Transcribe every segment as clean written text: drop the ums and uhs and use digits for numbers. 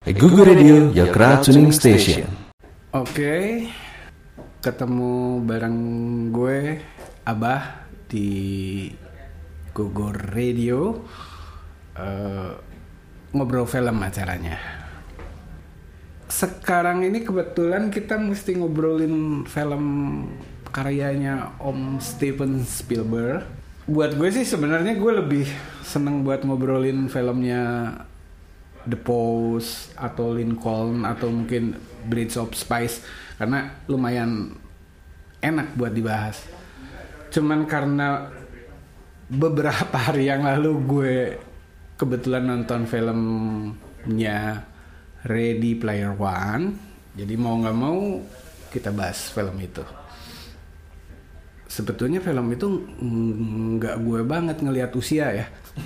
Google Radio, your crowd tuning station. Oke, ketemu bareng gue Abah di Google Radio, ngobrol film acaranya. Sekarang ini kebetulan kita mesti ngobrolin film karyanya Om Steven Spielberg. Buat gue sih sebenarnya gue lebih seneng buat ngobrolin filmnya The Post atau Lincoln atau mungkin Bridge of Spies karena lumayan enak buat dibahas. Cuman karena beberapa hari yang lalu gue kebetulan nonton filmnya Ready Player One, jadi mau nggak mau kita bahas film itu. Sebetulnya film itu nggak gue banget ngelihat usia ya.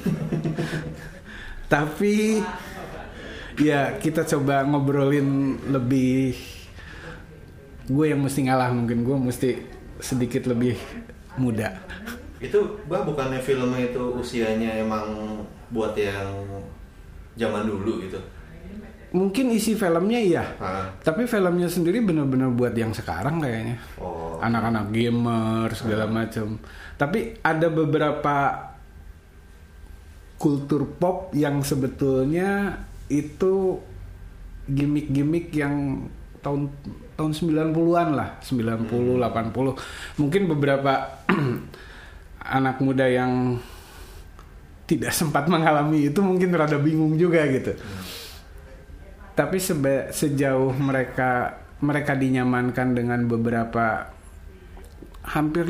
Tapi ya kita coba ngobrolin lebih. Gue yang mesti ngalah, mungkin gue mesti sedikit lebih muda. Itu bukannya filmnya itu usianya emang buat yang zaman dulu gitu? Mungkin isi filmnya iya, tapi filmnya sendiri benar-benar buat yang sekarang kayaknya. Anak-anak gamer segala macam. Tapi ada beberapa kultur pop yang sebetulnya itu gimmick-gimmick yang tahun 90-an lah, 90, 80. Mungkin beberapa anak muda yang tidak sempat mengalami itu mungkin rada bingung juga gitu. Tapi sejauh mereka dinyamankan dengan beberapa hampir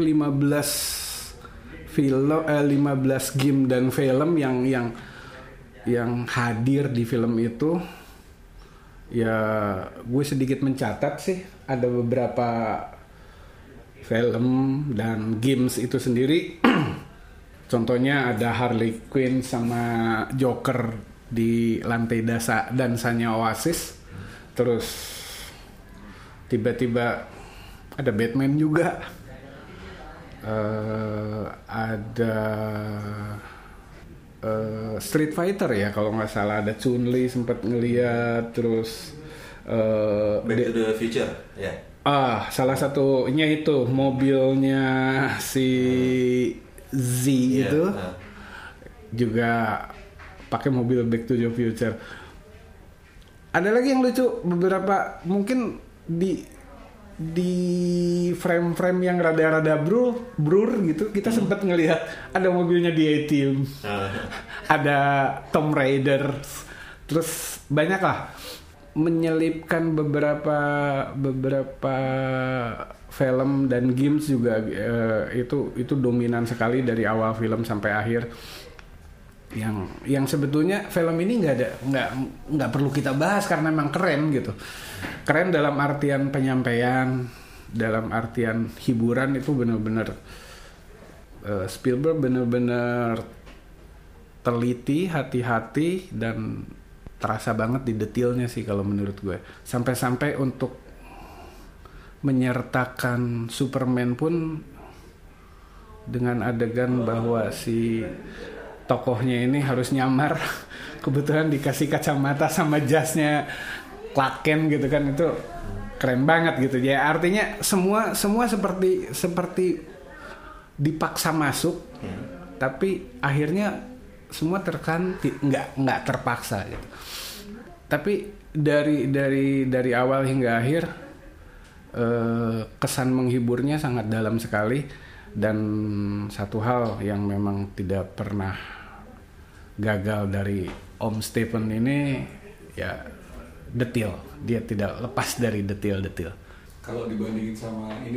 15 game dan film yang hadir di film itu, ya gue sedikit mencatat sih ada beberapa film dan games itu sendiri. Contohnya ada Harley Quinn sama Joker di lantai dansanya Oasis. Terus tiba-tiba ada Batman juga. Ada Street Fighter ya kalau nggak salah, ada Chun-Li sempat ngeliat. Terus Back to the Future ya. Salah satunya itu mobilnya si Z itu juga pakai mobil Back to the Future. Ada lagi yang lucu, beberapa mungkin di frame-frame yang rada-rada blur gitu kita sempat ngelihat ada mobilnya di A-Team. Ada Tomb Raider. Terus banyak lah menyelipkan beberapa film dan games juga. Itu dominan sekali dari awal film sampai akhir. Yang sebetulnya film ini nggak perlu kita bahas karena memang keren gitu. Keren dalam artian penyampaian, dalam artian hiburan. Itu benar-benar Spielberg benar-benar teliti, hati-hati, dan terasa banget di detailnya sih kalau menurut gue. Sampai-sampai untuk menyertakan Superman pun dengan adegan bahwa si tokohnya ini harus nyamar, kebetulan dikasih kacamata sama jasnya Clark Kent gitu kan, itu keren banget gitu ya. Artinya semua seperti dipaksa masuk, tapi akhirnya semua nggak terpaksa gitu. Tapi dari awal hingga akhir kesan menghiburnya sangat dalam sekali. Dan satu hal yang memang tidak pernah gagal dari Om Steven ini ya detail. Dia tidak lepas dari detail-detail. Kalau dibandingin sama ini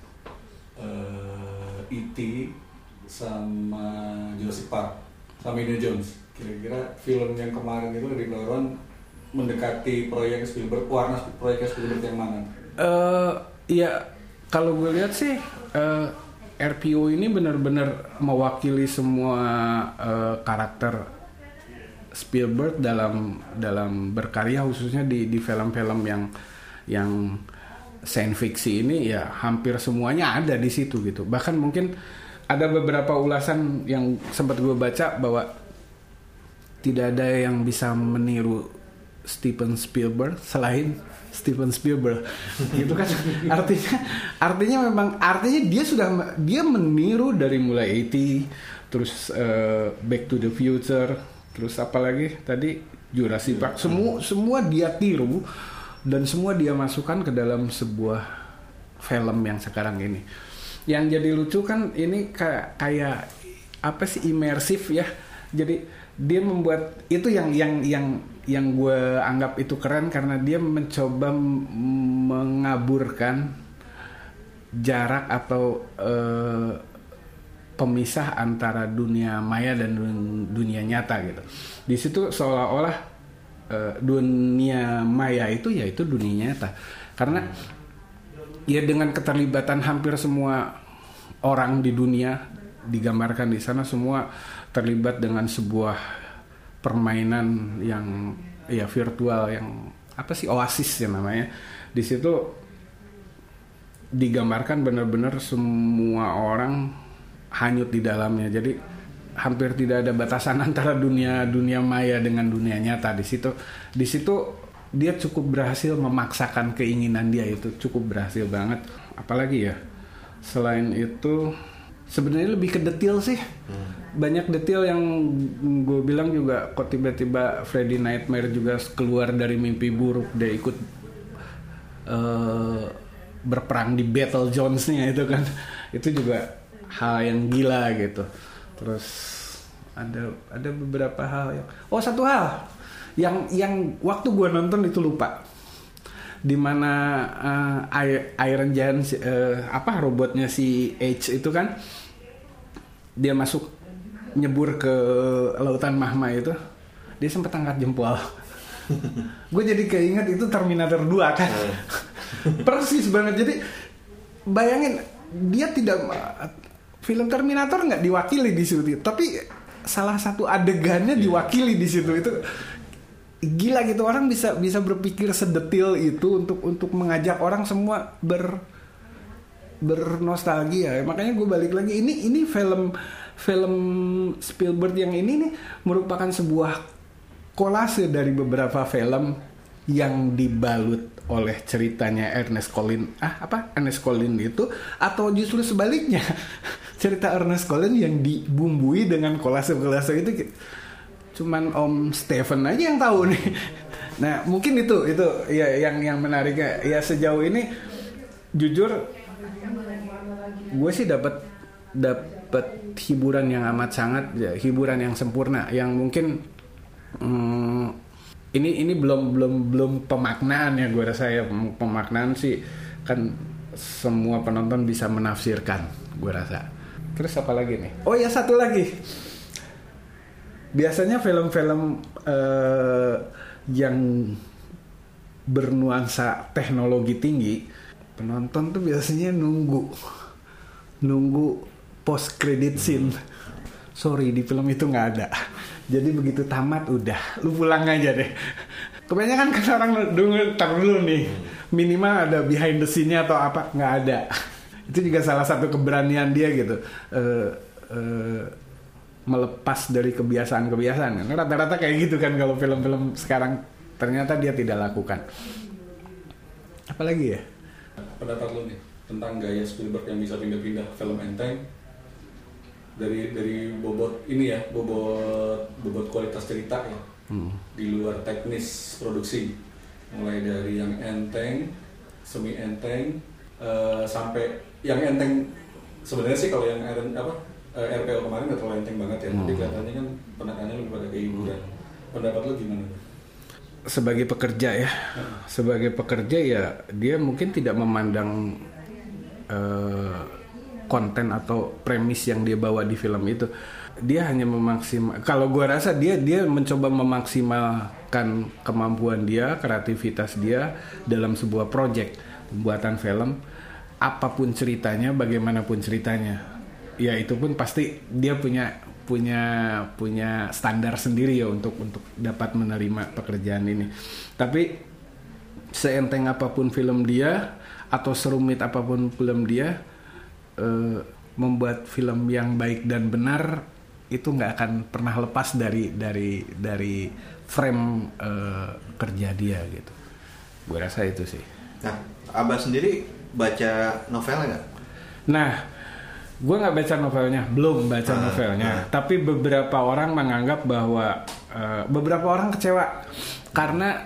E.T. sama Jurassic Park sama Indiana Jones, kira-kira film yang kemarin itu Ready Player One mendekati proyek Spielberg, warna proyek Spielberg yang mana? Ya kalau gue lihat sih RPO ini benar-benar mewakili semua karakter Spielberg dalam berkarya, khususnya di film-film yang science fiction ini. Ya hampir semuanya ada di situ gitu. Bahkan mungkin ada beberapa ulasan yang sempat gue baca bahwa tidak ada yang bisa meniru Steven Spielberg selain Steven Spielberg gitu kan. artinya dia meniru dari mulai E.T. terus Back to the Future, terus apalagi tadi Jurassic Park, semua dia tiru dan semua dia masukkan ke dalam sebuah film yang sekarang ini. Yang jadi lucu kan ini kayak apa sih, imersif ya. Jadi dia membuat itu yang gue anggap itu keren karena dia mencoba mengaburkan jarak atau pemisah antara dunia maya dan dunia nyata gitu. Di situ seolah-olah dunia maya itu yaitu dunia nyata. Karena ya dengan keterlibatan hampir semua orang di dunia digambarkan di sana, semua terlibat dengan sebuah permainan yang ya virtual, yang apa sih, oasis ya namanya. Di situ digambarkan benar-benar semua orang hanyut di dalamnya. Jadi hampir tidak ada batasan antara dunia maya dengan dunia nyata. Di situ dia cukup berhasil memaksakan keinginan dia, itu cukup berhasil banget. Apalagi ya selain itu sebenarnya lebih ke detail sih. Banyak detail yang gue bilang juga, kok tiba-tiba Freddy Nightmare juga keluar dari mimpi buruk, dia ikut berperang di Battle Jones-nya itu kan. Itu juga hal yang gila gitu. Terus ada beberapa hal yang satu hal yang waktu gue nonton itu lupa, dimana Iron Giant robotnya si H itu kan, dia masuk nyebur ke lautan magma itu, dia sempat angkat jempol. Gue jadi keinget itu Terminator 2 kan. Persis banget. Jadi bayangin, dia tidak, film Terminator nggak diwakili di situ, tapi salah satu adegannya diwakili di situ. Itu gila gitu, orang bisa berpikir sedetil itu untuk mengajak orang semua bernostalgia. Makanya gue balik lagi, ini film Spielberg yang ini nih merupakan sebuah kolase dari beberapa film yang dibalut oleh ceritanya Ernest Cline itu, atau justru sebaliknya, cerita Ernest Cline yang dibumbui dengan kolase-kolase itu. Cuman Om Stephen aja yang tahu nih. Nah, mungkin itu ya yang menariknya. Ya sejauh ini jujur gue sih dapat hiburan yang amat sangat, ya, hiburan yang sempurna, yang mungkin ini belum pemaknaan ya, gue rasa ya. Pemaknaan sih kan semua penonton bisa menafsirkan, gue rasa. Terus apa lagi nih? Oh ya, satu lagi. Biasanya film-film yang bernuansa teknologi tinggi, penonton tuh biasanya nunggu post credit scene. Sorry, di film itu nggak ada. Jadi begitu tamat udah, lu pulang aja deh. Kebanyakan kan orang dulu nih, minimal ada behind the scene-nya atau apa, nggak ada. Itu juga salah satu keberanian dia gitu. Melepas dari kebiasaan-kebiasaan. Rata-rata kayak gitu kan kalau film-film sekarang, ternyata dia tidak lakukan. Apalagi ya? Pendapat lu nih tentang gaya Spielberg yang bisa pindah-pindah film enteng dari bobot ini ya, bobot kualitas cerita ya, di luar teknis produksi, mulai dari yang enteng, semi enteng, sampai yang enteng. Sebenarnya sih kalau yang RPO kemarin nggak terlalu enteng banget ya, tapi kelihatannya kan penekanannya lebih pada kehiburan. Pendapat lo gimana? Sebagai pekerja ya dia mungkin tidak memandang konten atau premis yang dia bawa di film itu. Dia hanya kalau gue rasa dia mencoba memaksimalkan kemampuan dia, kreativitas dia dalam sebuah project pembuatan film, apapun ceritanya, bagaimanapun ceritanya. Ya itu pun pasti dia punya standar sendiri ya untuk dapat menerima pekerjaan ini. Tapi seenteng apapun film dia atau serumit apapun film dia, membuat film yang baik dan benar itu nggak akan pernah lepas dari frame kerja dia gitu. Gue rasa itu sih. Nah, Abah sendiri baca novelnya nggak? Nah, gue nggak baca novelnya, belum baca novelnya. Tapi beberapa orang menganggap bahwa beberapa orang kecewa karena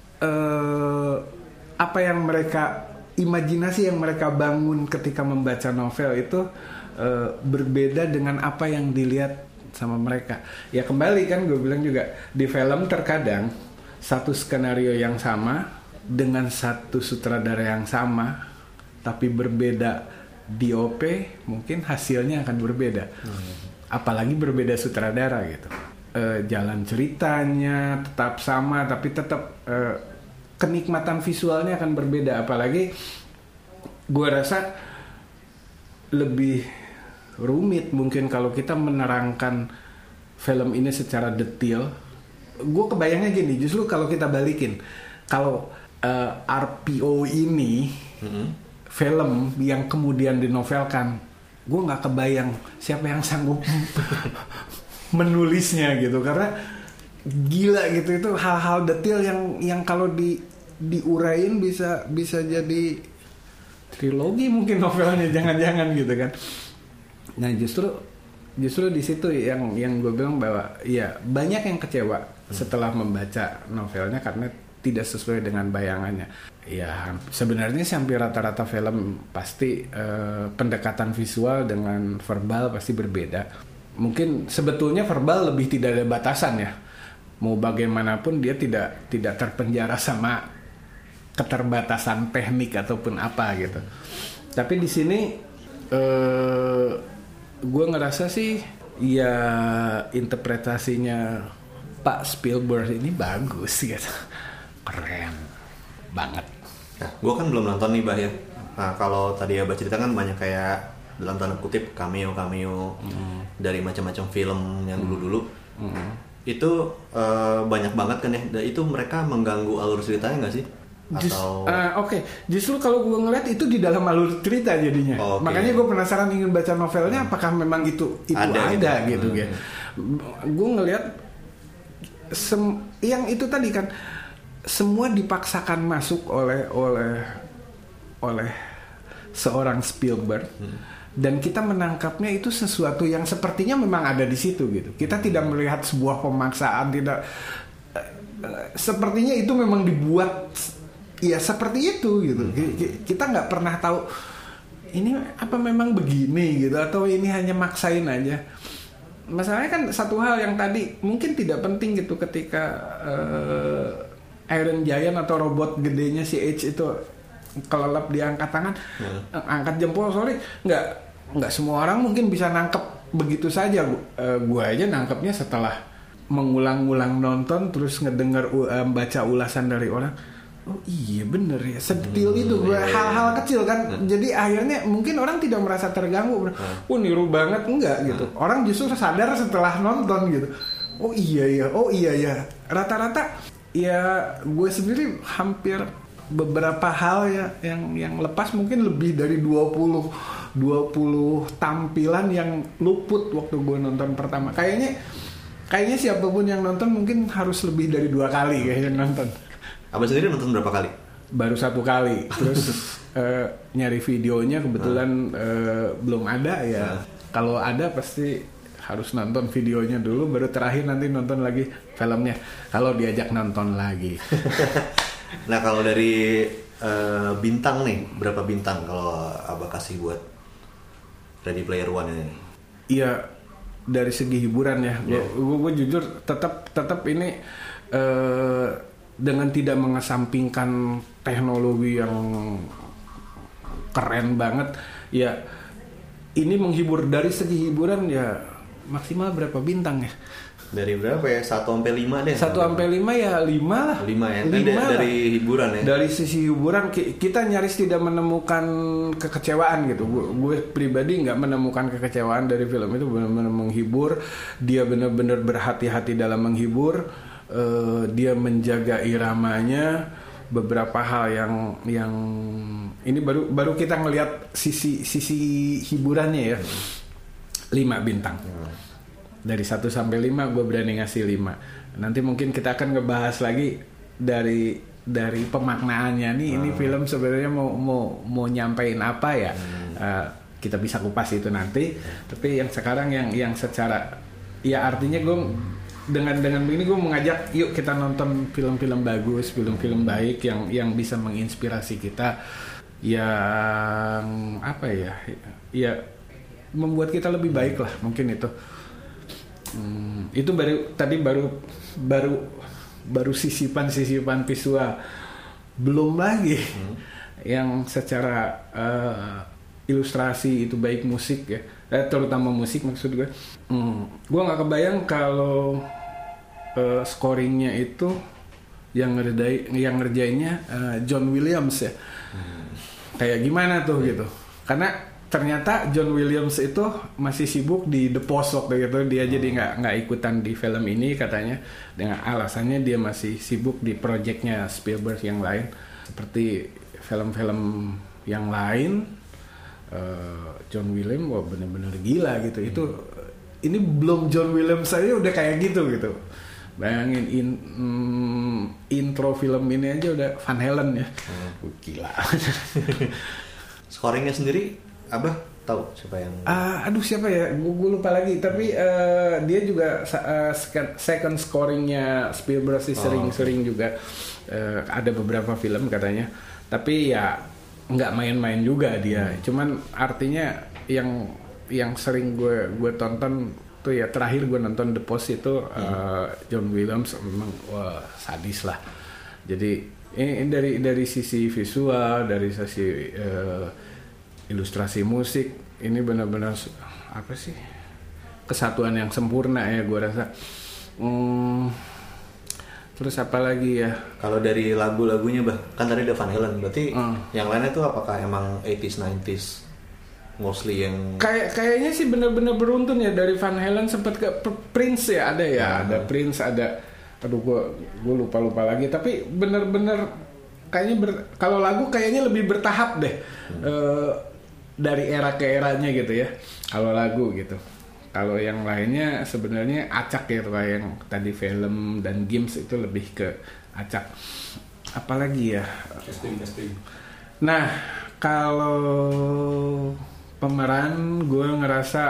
apa yang mereka imajinasi yang mereka bangun ketika membaca novel itu berbeda dengan apa yang dilihat sama mereka. Ya kembali kan gue bilang juga di film terkadang satu skenario yang sama dengan satu sutradara yang sama tapi berbeda DOP, mungkin hasilnya akan berbeda. Apalagi berbeda sutradara gitu. Jalan ceritanya tetap sama tapi tetap kenikmatan visualnya akan berbeda. Apalagi gue rasa lebih rumit mungkin kalau kita menerangkan film ini secara detail. Gue kebayangnya gini, justru kalau kita balikin, kalau RPO ini film yang kemudian dinovelkan, gue nggak kebayang siapa yang sanggup menulisnya gitu, karena gila gitu, itu hal-hal detail yang kalau diurain bisa jadi trilogi mungkin novelnya, jangan-jangan gitu kan. Nah justru di situ yang gue bilang bahwa ya banyak yang kecewa setelah membaca novelnya karena tidak sesuai dengan bayangannya. Ya sebenarnya hampir rata-rata film pasti pendekatan visual dengan verbal pasti berbeda. Mungkin sebetulnya verbal lebih tidak ada batasan ya. Mau bagaimanapun dia tidak terpenjara sama keterbatasan teknik ataupun apa gitu. Tapi di sini gue ngerasa sih ya interpretasinya Pak Spielberg ini bagus gitu. Keren banget. Nah, gue kan belum nonton nih Bah ya. Nah kalau tadi Abah cerita kan banyak kayak dalam tanda kutip cameo dari macam-macam film yang dulu-dulu. Itu banyak banget kan ya. Dan itu mereka mengganggu alur ceritanya nggak sih? Atau Justru kalau gue ngeliat itu di dalam alur cerita jadinya. Makanya gue penasaran ingin baca novelnya, apakah memang itu ada gitu ya. Gue ngeliat yang itu tadi kan semua dipaksakan masuk oleh seorang Spielberg, dan kita menangkapnya itu sesuatu yang sepertinya memang ada di situ gitu. Kita tidak melihat sebuah pemaksaan, tidak, sepertinya itu memang dibuat ya seperti itu gitu. Kita nggak pernah tahu ini apa memang begini gitu atau ini hanya maksain aja. Masalahnya kan satu hal yang tadi mungkin tidak penting gitu ketika Iron Giant atau robot gedenya si H itu kelelep diangkat tangan, angkat jempol, sorry, nggak semua orang mungkin bisa nangkep begitu saja. Gua aja nangkepnya setelah mengulang-ulang nonton terus ngedenger baca ulasan dari orang. Oh iya bener ya, sedetil itu hal-hal kecil kan. Jadi akhirnya mungkin orang tidak merasa terganggu. Niru banget, enggak gitu. Orang justru sadar setelah nonton gitu. Oh iya ya. Rata-rata ya gue sendiri hampir beberapa hal ya yang lepas mungkin lebih dari 20 tampilan yang luput waktu gue nonton pertama. Kayaknya siapapun yang nonton mungkin harus lebih dari 2 kali kayaknya nonton. Abah sendiri nonton berapa kali? Baru 1 kali. Terus nyari videonya kebetulan belum ada ya. Kalau ada pasti harus nonton videonya dulu, baru terakhir nanti nonton lagi filmnya. Kalau diajak nonton lagi. Nah kalau dari bintang nih, berapa bintang kalau Abah kasih buat Ready Player One ini? Iya, dari segi hiburan ya. Gue jujur tetap ini dengan tidak mengesampingkan teknologi yang keren banget ya, ini menghibur. Dari segi hiburan ya maksimal berapa bintang ya? Dari berapa ya? 1-5 deh. 1-5 ya 5 lah. 5 ya. Dari hiburan ya. Dari sisi hiburan kita nyaris tidak menemukan kekecewaan gitu. Gue pribadi nggak menemukan kekecewaan dari film itu. Benar-benar menghibur. Dia benar-benar berhati-hati dalam menghibur. Dia menjaga iramanya. Beberapa hal yang ini baru kita ngelihat sisi hiburannya ya. 5 bintang. dari 1 sampai 5 gue berani ngasih 5. Nanti mungkin kita akan ngebahas lagi dari pemaknaannya nih, ini film sebenarnya mau nyampein apa ya. Kita bisa kupas itu nanti. Tapi yang sekarang yang secara ya artinya gue dengan begini gue mengajak yuk kita nonton film-film bagus, film-film baik yang bisa menginspirasi kita, yang apa ya membuat kita lebih baik lah, mungkin itu. Itu baru sisipan visual, belum lagi yang secara ilustrasi itu, baik musik ya, terutama musik maksud gue. Gue nggak kebayang kalau scoringnya itu yang ngerjainnya John Williams ya. Kayak gimana tuh gitu, karena ternyata John Williams itu masih sibuk di The Post waktu gitu. Dia jadi nggak ikutan di film ini katanya, dengan alasannya dia masih sibuk di projectnya Spielberg yang lain, seperti film-film yang lain. John Williams wah bener-bener gila gitu. Itu ini belum John Williams saja udah kayak gitu. Bayangin intro film ini aja udah Van Halen ya. Gila. Scoringnya sendiri Abah tahu siapa yang siapa ya, gue lupa lagi. Tapi dia juga second scoringnya Spielberg sih, sering juga ada beberapa film katanya. Tapi ya nggak main-main juga dia. Cuman artinya yang sering gue tonton tuh ya, terakhir gue nonton The Post itu John Williams memang wah sadis lah. Jadi ini dari sisi visual, dari sisi ilustrasi musik, ini benar-benar apa sih, kesatuan yang sempurna ya gue rasa. Terus apa lagi ya? Kalau dari lagu-lagunya kan tadi ada Van Halen, berarti yang lainnya tuh apakah emang 80s 90s mostly yang kayaknya sih benar-benar beruntun ya. Dari Van Halen sempat ke Prince ya, ada Prince, ada gue lupa lagi, tapi benar-benar kayaknya kalau lagu kayaknya lebih bertahap deh, dari era ke eranya gitu ya kalau lagu gitu. Kalau yang lainnya sebenarnya acak ya, kayak yang tadi film dan games itu lebih ke acak. Apalagi ya casting. Nah kalau pemeran gue ngerasa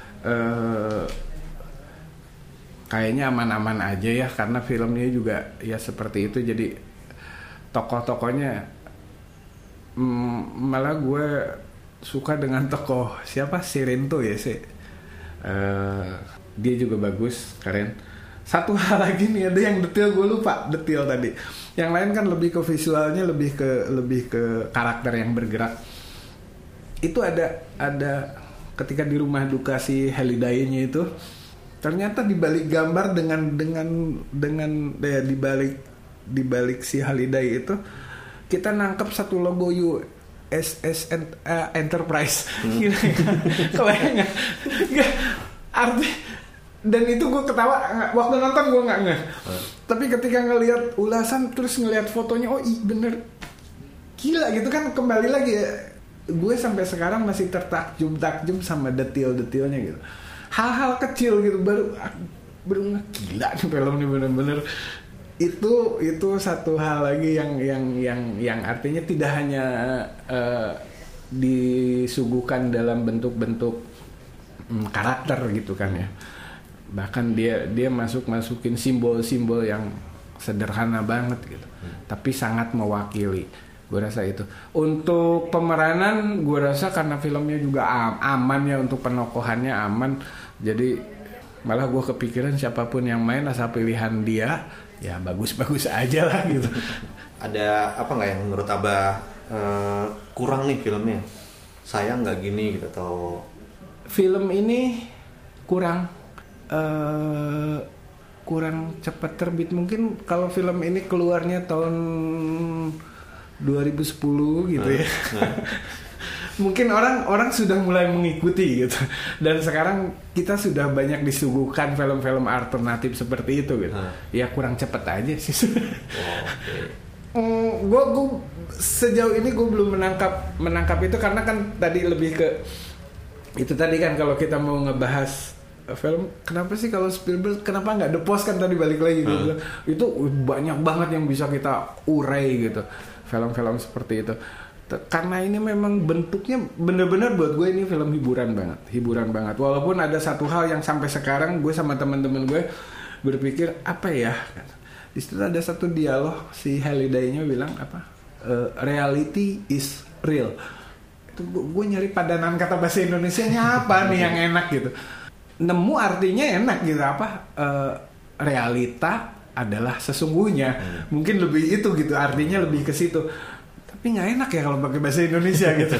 kayaknya aman-aman aja ya, karena filmnya juga ya seperti itu. Jadi tokoh-tokohnya malah gue suka dengan tokoh siapa, Sorrento ya sih. Dia juga bagus, keren. Satu hal lagi nih, ada yang detail gue lupa detail tadi. Yang lain kan lebih ke visualnya, lebih ke karakter yang bergerak. Itu ada ketika di rumah duka si Halliday-nya itu, ternyata di balik gambar dengan di balik si Halliday itu kita nangkep satu logo USS Enterprise. Gila, kebayang nggak? Arti, dan itu gue ketawa waktu nonton, gue nggak ngeh. Tapi ketika ngelihat ulasan terus ngelihat fotonya, bener gila gitu kan. Kembali lagi ya, gue sampai sekarang masih tertakjub sama detail-detailnya gitu. Hal-hal kecil gitu baru gila nih film ini bener-bener. Itu satu hal lagi yang artinya tidak hanya disuguhkan dalam bentuk-bentuk karakter gitu kan ya. Bahkan dia masukin simbol-simbol yang sederhana banget gitu, tapi sangat mewakili. Gue rasa itu. Untuk pemeranan gue rasa karena filmnya juga aman ya, untuk penokohannya aman. Jadi malah gue kepikiran siapapun yang main asal pilihan dia ya bagus-bagus aja lah gitu. Ada apa nggak yang menurut Abah kurang nih filmnya? Sayang nggak gini gitu, atau film ini kurang cepat terbit. Mungkin kalau film ini keluarnya tahun 2010 gitu ya. Mungkin orang sudah mulai mengikuti gitu. Dan sekarang kita sudah banyak disuguhkan film-film alternatif seperti itu gitu. Ya kurang cepat aja sih. Gue sejauh ini gue belum menangkap itu, karena kan tadi lebih ke itu tadi kan, kalau kita mau ngebahas film kenapa sih kalau Spielberg kenapa nggak The Post kan tadi balik lagi gue bilang itu banyak banget yang bisa kita urai gitu film-film seperti itu karena ini memang bentuknya bener-bener buat gue ini film hiburan banget walaupun ada satu hal yang sampai sekarang gue sama teman-teman gue berpikir apa ya di situ ada satu dialog si Halliday-nya bilang apa reality is real itu gue nyari padanan kata bahasa Indonesianya apa nih yang enak gitu nemu artinya enak gitu apa realita adalah sesungguhnya mungkin lebih itu gitu artinya lebih ke situ tapi nggak enak ya kalau pakai bahasa Indonesia gitu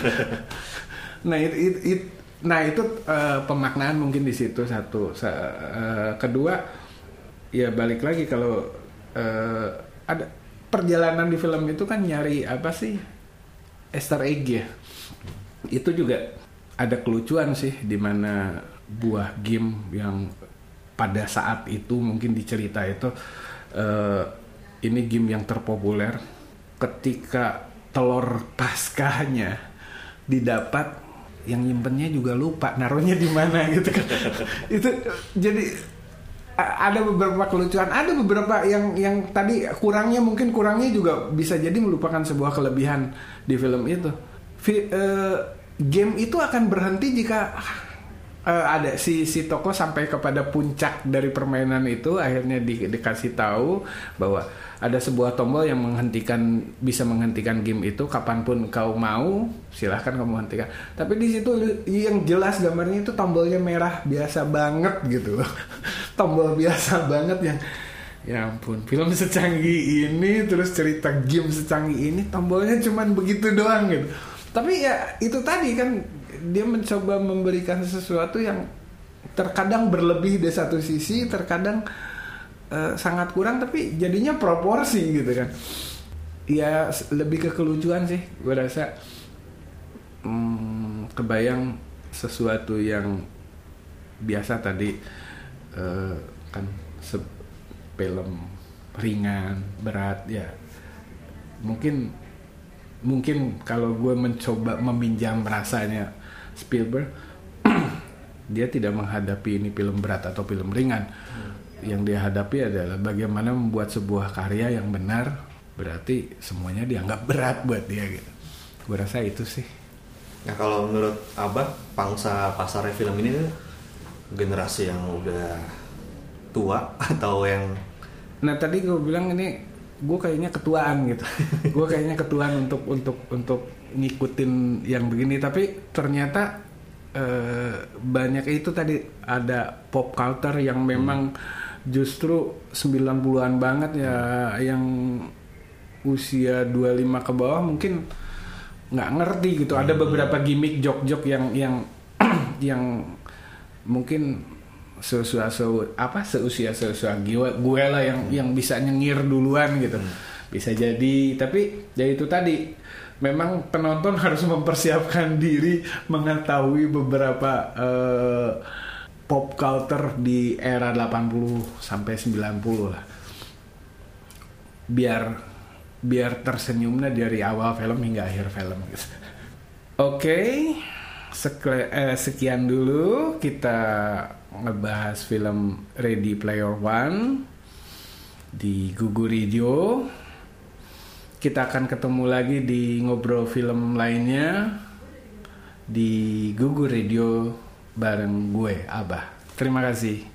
nah itu pemaknaan mungkin di situ satu kedua ya balik lagi kalau ada perjalanan di film itu kan nyari apa sih Easter egg ya itu juga ada kelucuan sih di mana buah game yang pada saat itu mungkin di cerita itu ini game yang terpopuler ketika telur paskahnya didapat yang nyimpennya juga lupa naruhnya di mana gitu kan itu jadi ada beberapa kelucuan ada beberapa yang tadi kurangnya juga bisa jadi melupakan sebuah kelebihan di film itu game itu akan berhenti jika ada si toko sampai kepada puncak dari permainan itu akhirnya dikasih tahu bahwa ada sebuah tombol yang bisa menghentikan game itu kapanpun kau mau silahkan kamu hentikan tapi di situ yang jelas gambarnya itu tombolnya merah biasa banget gitu tombol biasa banget yang ya ampun film secanggih ini terus cerita game secanggih ini tombolnya cuman begitu doang gitu tapi ya itu tadi kan dia mencoba memberikan sesuatu yang terkadang berlebih di satu sisi terkadang sangat kurang tapi jadinya proporsi gitu kan ya lebih ke kelucuan sih gue rasa kebayang sesuatu yang biasa tadi kan film ringan berat ya mungkin kalau gue mencoba meminjam rasanya Spielberg dia tidak menghadapi ini film berat atau film ringan yang dia hadapi adalah bagaimana membuat sebuah karya yang benar berarti semuanya dianggap berat buat dia gitu gue rasa itu sih. Nah kalau menurut Abah pangsa pasarnya film ini generasi yang udah tua atau yang nah tadi gue bilang ini gue kayaknya ketuaan gitu gue kayaknya ketuaan untuk ngikutin yang begini tapi ternyata banyak itu tadi ada pop culture yang memang justru 90-an banget ya yang usia 25 ke bawah mungkin nggak ngerti gitu ada beberapa gimmick jok-jok yang mungkin seusia gue lah yang bisa nyengir duluan gitu bisa jadi tapi ya itu tadi memang penonton harus mempersiapkan diri mengetahui beberapa pop culture di era 80 sampai 90 lah biar tersenyumnya dari awal film hingga akhir film gitu. Oke, sekian dulu kita ngebahas film Ready Player One di Gugu Radio. Kita akan ketemu lagi di ngobrol film lainnya di Gugu Radio bareng gue Abah. Terima kasih.